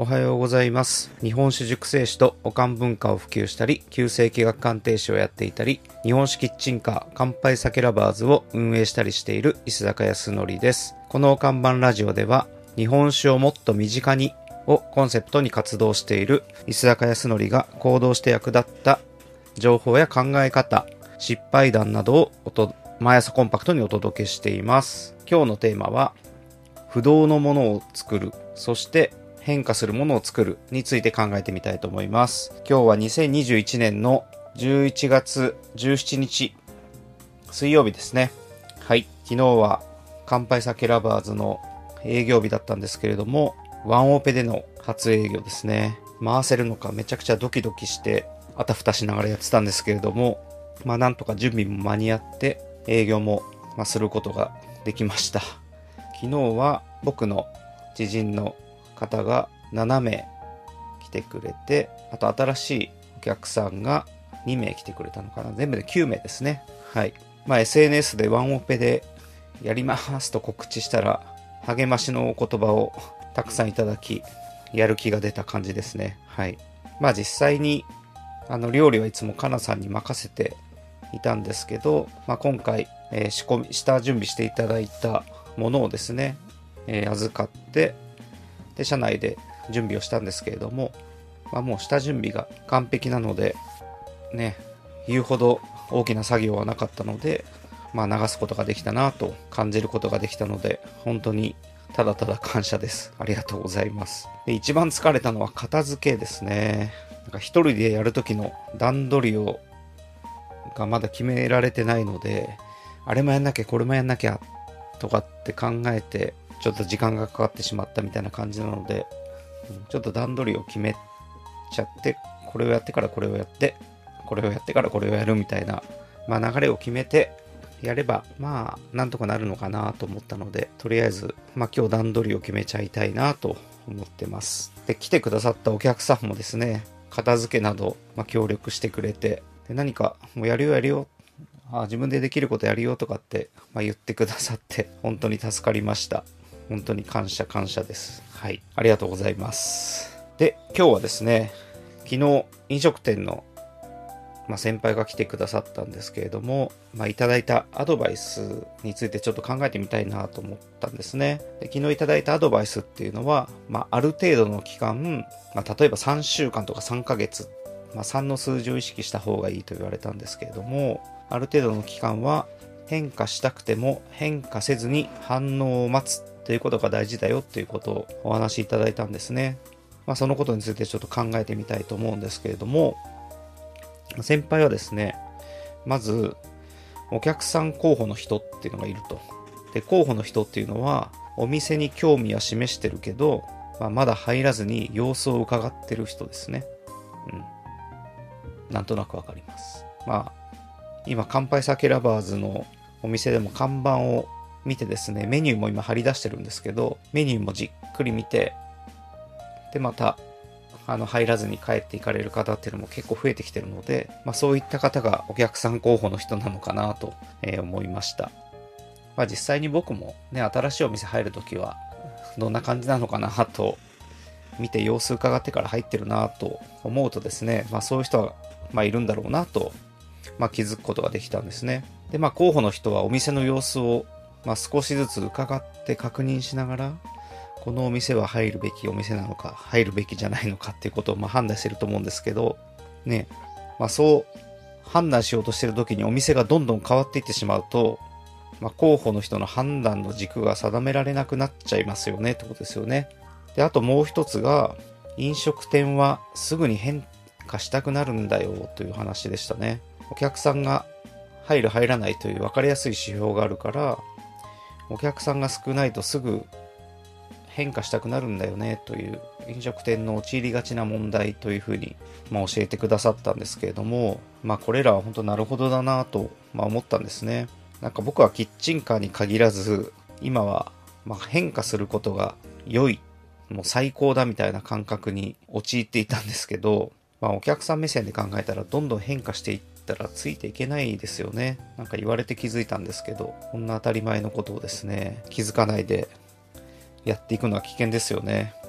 おはようございます。日本酒熟成士とおかん文化を普及したり、旧世紀学鑑定士をやっていたり、日本酒キッチンカー乾杯酒ラバーズを運営したりしている石坂康則です。この看板ラジオでは、日本酒をもっと身近にをコンセプトに活動している石坂康則が行動して役立った情報や考え方、失敗談などを毎朝コンパクトにお届けしています。今日のテーマは、不動のものを作る、そして変化するものを作るについて考えてみたいと思います。今日は2021年の11月17日水曜日ですね。はい。昨日は乾杯酒ラバーズの営業日だったんですけれども、ワンオペでの初営業ですね。回せるのかめちゃくちゃドキドキしてあたふたしながらやってたんですけれども、なんとか準備も間に合って営業もすることができました。昨日は僕の知人の方が7名来てくれて、あと新しいお客さんが2名来てくれたのかな。全部で9名ですね。はい。SNS でワンオペでやりますと告知したら、励ましのお言葉をたくさんいただき、やる気が出た感じですね。はい。実際に料理はいつもかなさんに任せていたんですけど、今回、下準備していただいたものをですね、預かってで社内で準備をしたんですけれども、もう下準備が完璧なのでね、言うほど大きな作業はなかったので、流すことができたなと感じることができたので、本当にただただ感謝です。ありがとうございます。で、一番疲れたのは片付けですね。一人でやる時の段取りがまだ決められてないので、あれもやんなきゃこれもやんなきゃとかって考えてちょっと時間がかかってしまったみたいな感じなので、ちょっと段取りを決めちゃって、これをやってからこれをやって、これをやってからこれをやるみたいな、流れを決めてやればなんとかなるのかなと思ったので、とりあえず今日段取りを決めちゃいたいなと思ってます。で、来てくださったお客さんもですね、片付けなど協力してくれて、で、何かもうやるよやるよ、自分でできることやるよとかって言ってくださって本当に助かりました。本当に感謝です。はい。ありがとうございます。で、今日はですね、昨日飲食店の、先輩が来てくださったんですけれども、いただいたアドバイスについてちょっと考えてみたいなと思ったんですね。で、昨日いただいたアドバイスっていうのは、ある程度の期間、例えば3週間とか3ヶ月、3の数字を意識した方がいいと言われたんですけれども、ある程度の期間は変化したくても変化せずに反応を待つということが大事だよっていうことをお話しいただいたんですね。そのことについてちょっと考えてみたいと思うんですけれども、先輩はですね、まずお客さん候補の人っていうのがいると。で、候補の人っていうのはお店に興味は示してるけど、まだ入らずに様子を伺ってる人ですね。なんとなくわかります。今乾杯酒ラバーズのお店でも看板を見てですね、メニューも今貼り出してるんですけど、メニューもじっくり見て、でまた入らずに帰っていかれる方っていうのも結構増えてきてるので、そういった方がお客さん候補の人なのかなと思いました。実際に僕もね、新しいお店入るときはどんな感じなのかなと見て様子伺ってから入ってるなと思うとですね、そういう人はいるんだろうなと気づくことができたんですね。で、候補の人はお店の様子を少しずつ伺って確認しながら、このお店は入るべきお店なのか、入るべきじゃないのかっていうことを判断してると思うんですけど、ね、そう判断しようとしてる時にお店がどんどん変わっていってしまうと、候補の人の判断の軸が定められなくなっちゃいますよねってことですよね。で、あともう一つが、飲食店はすぐに変化したくなるんだよという話でしたね。お客さんが入る入らないという分かりやすい指標があるから、お客さんが少ないとすぐ変化したくなるんだよねという飲食店の陥りがちな問題というふうに教えてくださったんですけれども、これらは本当なるほどだなと思ったんですね。僕はキッチンカーに限らず、今は変化することが良い、もう最高だみたいな感覚に陥っていたんですけど、お客さん目線で考えたらどんどん変化していったらついていけないですよね。言われて気づいたんですけど、こんな当たり前のことをですね、気づかないでやっていくのは危険ですよね。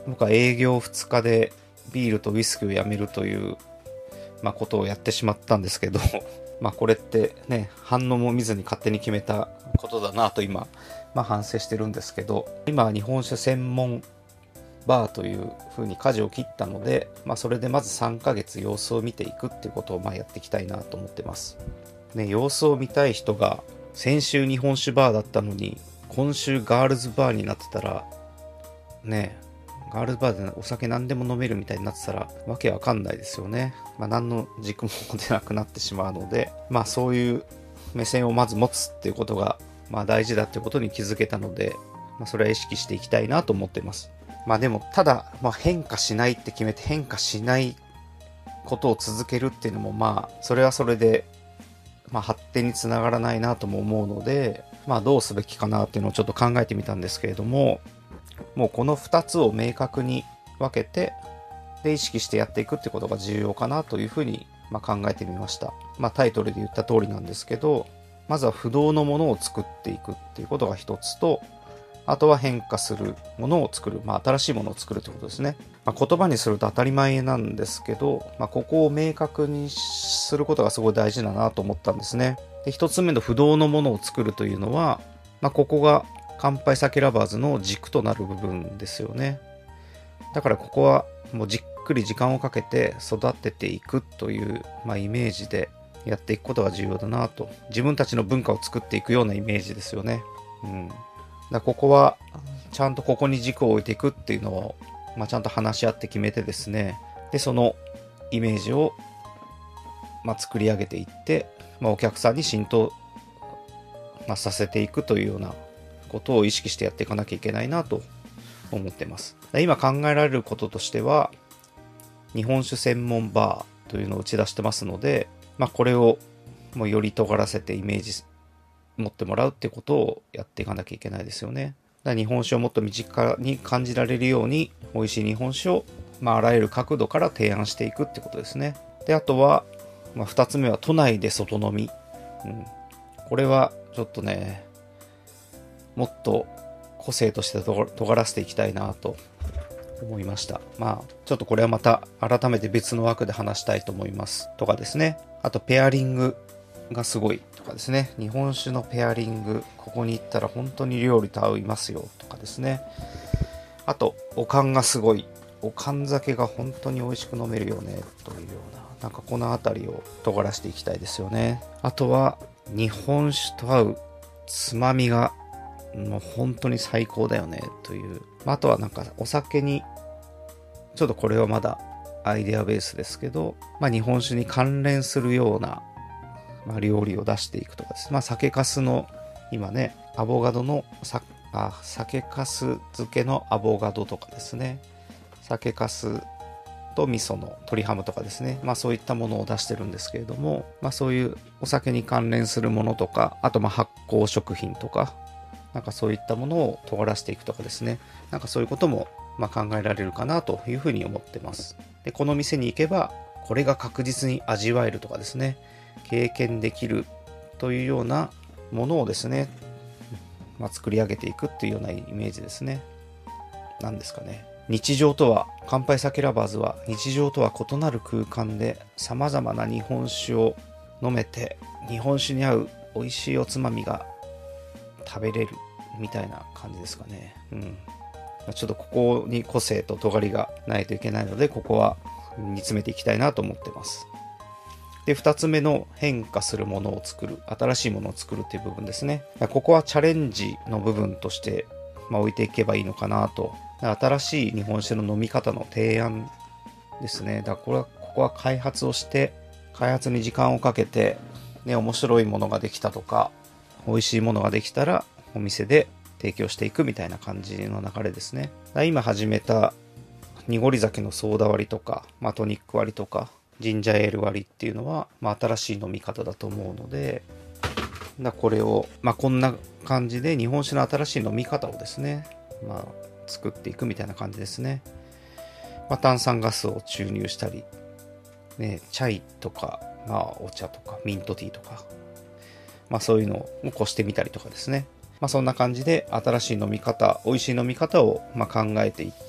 僕は営業2日でビールとウイスキーをやめるという、ことをやってしまったんですけどこれってね、反応も見ずに勝手に決めたことだなと今、反省してるんですけど、今は日本酒専門バーという風に舵を切ったので、それでまず3ヶ月様子を見ていくっていうことをやっていきたいなと思ってます。ね、様子を見たい人が先週日本酒バーだったのに今週ガールズバーになってたらね、ガールズバーでお酒何でも飲めるみたいになってたらわけわかんないですよね。何の軸も出なくなってしまうので、そういう目線をまず持つっていうことが大事だっていうことに気づけたので、それは意識していきたいなと思っています。でもただ、変化しないって決めて変化しないことを続けるっていうのもそれはそれで発展につながらないなとも思うので、どうすべきかなっていうのをちょっと考えてみたんですけれども、もうこの2つを明確に分けてで意識してやっていくってことが重要かなというふうに考えてみました。タイトルで言った通りなんですけど、まずは不動のものを作っていくっていうことが一つと、あとは変化するものを作る、新しいものを作るってことですね。言葉にすると当たり前なんですけど、ここを明確にすることがすごい大事だなと思ったんですね。で、一つ目の不動のものを作るというのは、ここが乾杯酒ラバーズの軸となる部分ですよね。だからここはもうじっくり時間をかけて育てていくという、イメージでやっていくことが重要だなと。自分たちの文化を作っていくようなイメージですよね。ここはちゃんとここに軸を置いていくっていうのを、ちゃんと話し合って決めてですね、でそのイメージを、作り上げていって、お客さんに浸透、させていくというようなことを意識してやっていかなきゃいけないなと思ってます。今考えられることとしては、日本酒専門バーというのを打ち出してますので、これをもうより尖らせてイメージ持ってもらうってことをやっていかなきゃいけないですよね。だから日本酒をもっと身近に感じられるように美味しい日本酒を、あらゆる角度から提案していくってことですね。で、あとは、2つ目は都内で外飲み、これはちょっとね、もっと個性として尖らせていきたいなと思いました。ちょっとこれはまた改めて別の枠で話したいと思いますとかですね。あとペアリングがすごいとかですね。日本酒のペアリング、ここに行ったら本当に料理と合いますよとかですね。あとおかんがすごい、おかん酒が本当に美味しく飲めるよねというような、このあたりを尖らしていきたいですよね。あとは日本酒と合うつまみがもう本当に最高だよねという、あとはお酒にちょっとこれはまだアイデアベースですけど、日本酒に関連するような、料理を出していくとかです。酒粕の今ね、アボカドの酒粕漬けのアボカドとかですね、酒粕と味噌の鶏ハムとかですね、そういったものを出してるんですけれども、そういうお酒に関連するものとか、あと発酵食品とか、そういったものを尖らせていくとかですね、そういうことも考えられるかなというふうに思ってます。で、この店に行けばこれが確実に味わえるとかですね、経験できるというようなものをですね、作り上げていくっていうようなイメージですね。なんですかね。日常とは、乾杯酒ラバーズは日常とは異なる空間で様々な日本酒を飲めて、日本酒に合う美味しいおつまみが食べれるみたいな感じですかね。ちょっとここに個性と尖りがないといけないので、ここは煮詰めていきたいなと思ってます。で、2つ目の変化するものを作る、新しいものを作るっていう部分ですね。ここはチャレンジの部分として、置いていけばいいのかなと。新しい日本酒の飲み方の提案ですね。ここは開発をして、開発に時間をかけて、面白いものができたとか、美味しいものができたらお店で提供していくみたいな感じの流れですね。今始めた濁り酒のソーダ割りとか、トニック割りとか、ジンジャーエール割りっていうのは、新しい飲み方だと思うので、これを、こんな感じで日本酒の新しい飲み方をですね、作っていくみたいな感じですね。炭酸ガスを注入したり、チャイとか、お茶とかミントティーとか、そういうのをこしてみたりとかですね。そんな感じで新しい飲み方、美味しい飲み方を考えていって、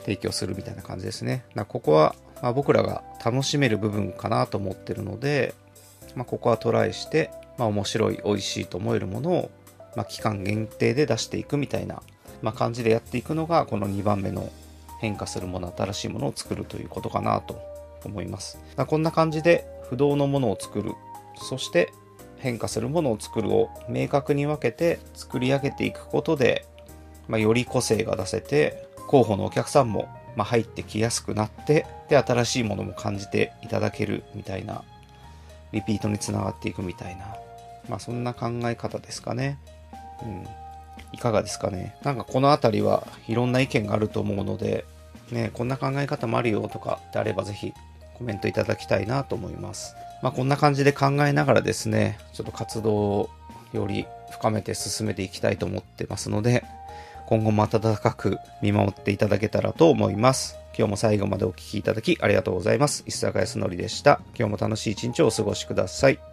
提供するみたいな感じですね。ここは、僕らが楽しめる部分かなと思ってるので、ここはトライして、面白い、美味しいと思えるものを、期間限定で出していくみたいな、感じでやっていくのが、この2番目の変化するもの、新しいものを作るということかなと思います。こんな感じで不動のものを作る、そして変化するものを作るを明確に分けて作り上げていくことで、より個性が出せて、候補のお客さんも入ってきやすくなって、で、新しいものも感じていただけるみたいな、リピートにつながっていくみたいな、そんな考え方ですかね。いかがですかね。このあたりはいろんな意見があると思うので、こんな考え方もあるよとかであればぜひコメントいただきたいなと思います。こんな感じで考えながらですね、ちょっと活動をより深めて進めていきたいと思ってますので、今後も温かく見守っていただけたらと思います。今日も最後までお聞きいただきありがとうございます。石坂康則でした。今日も楽しい一日をお過ごしください。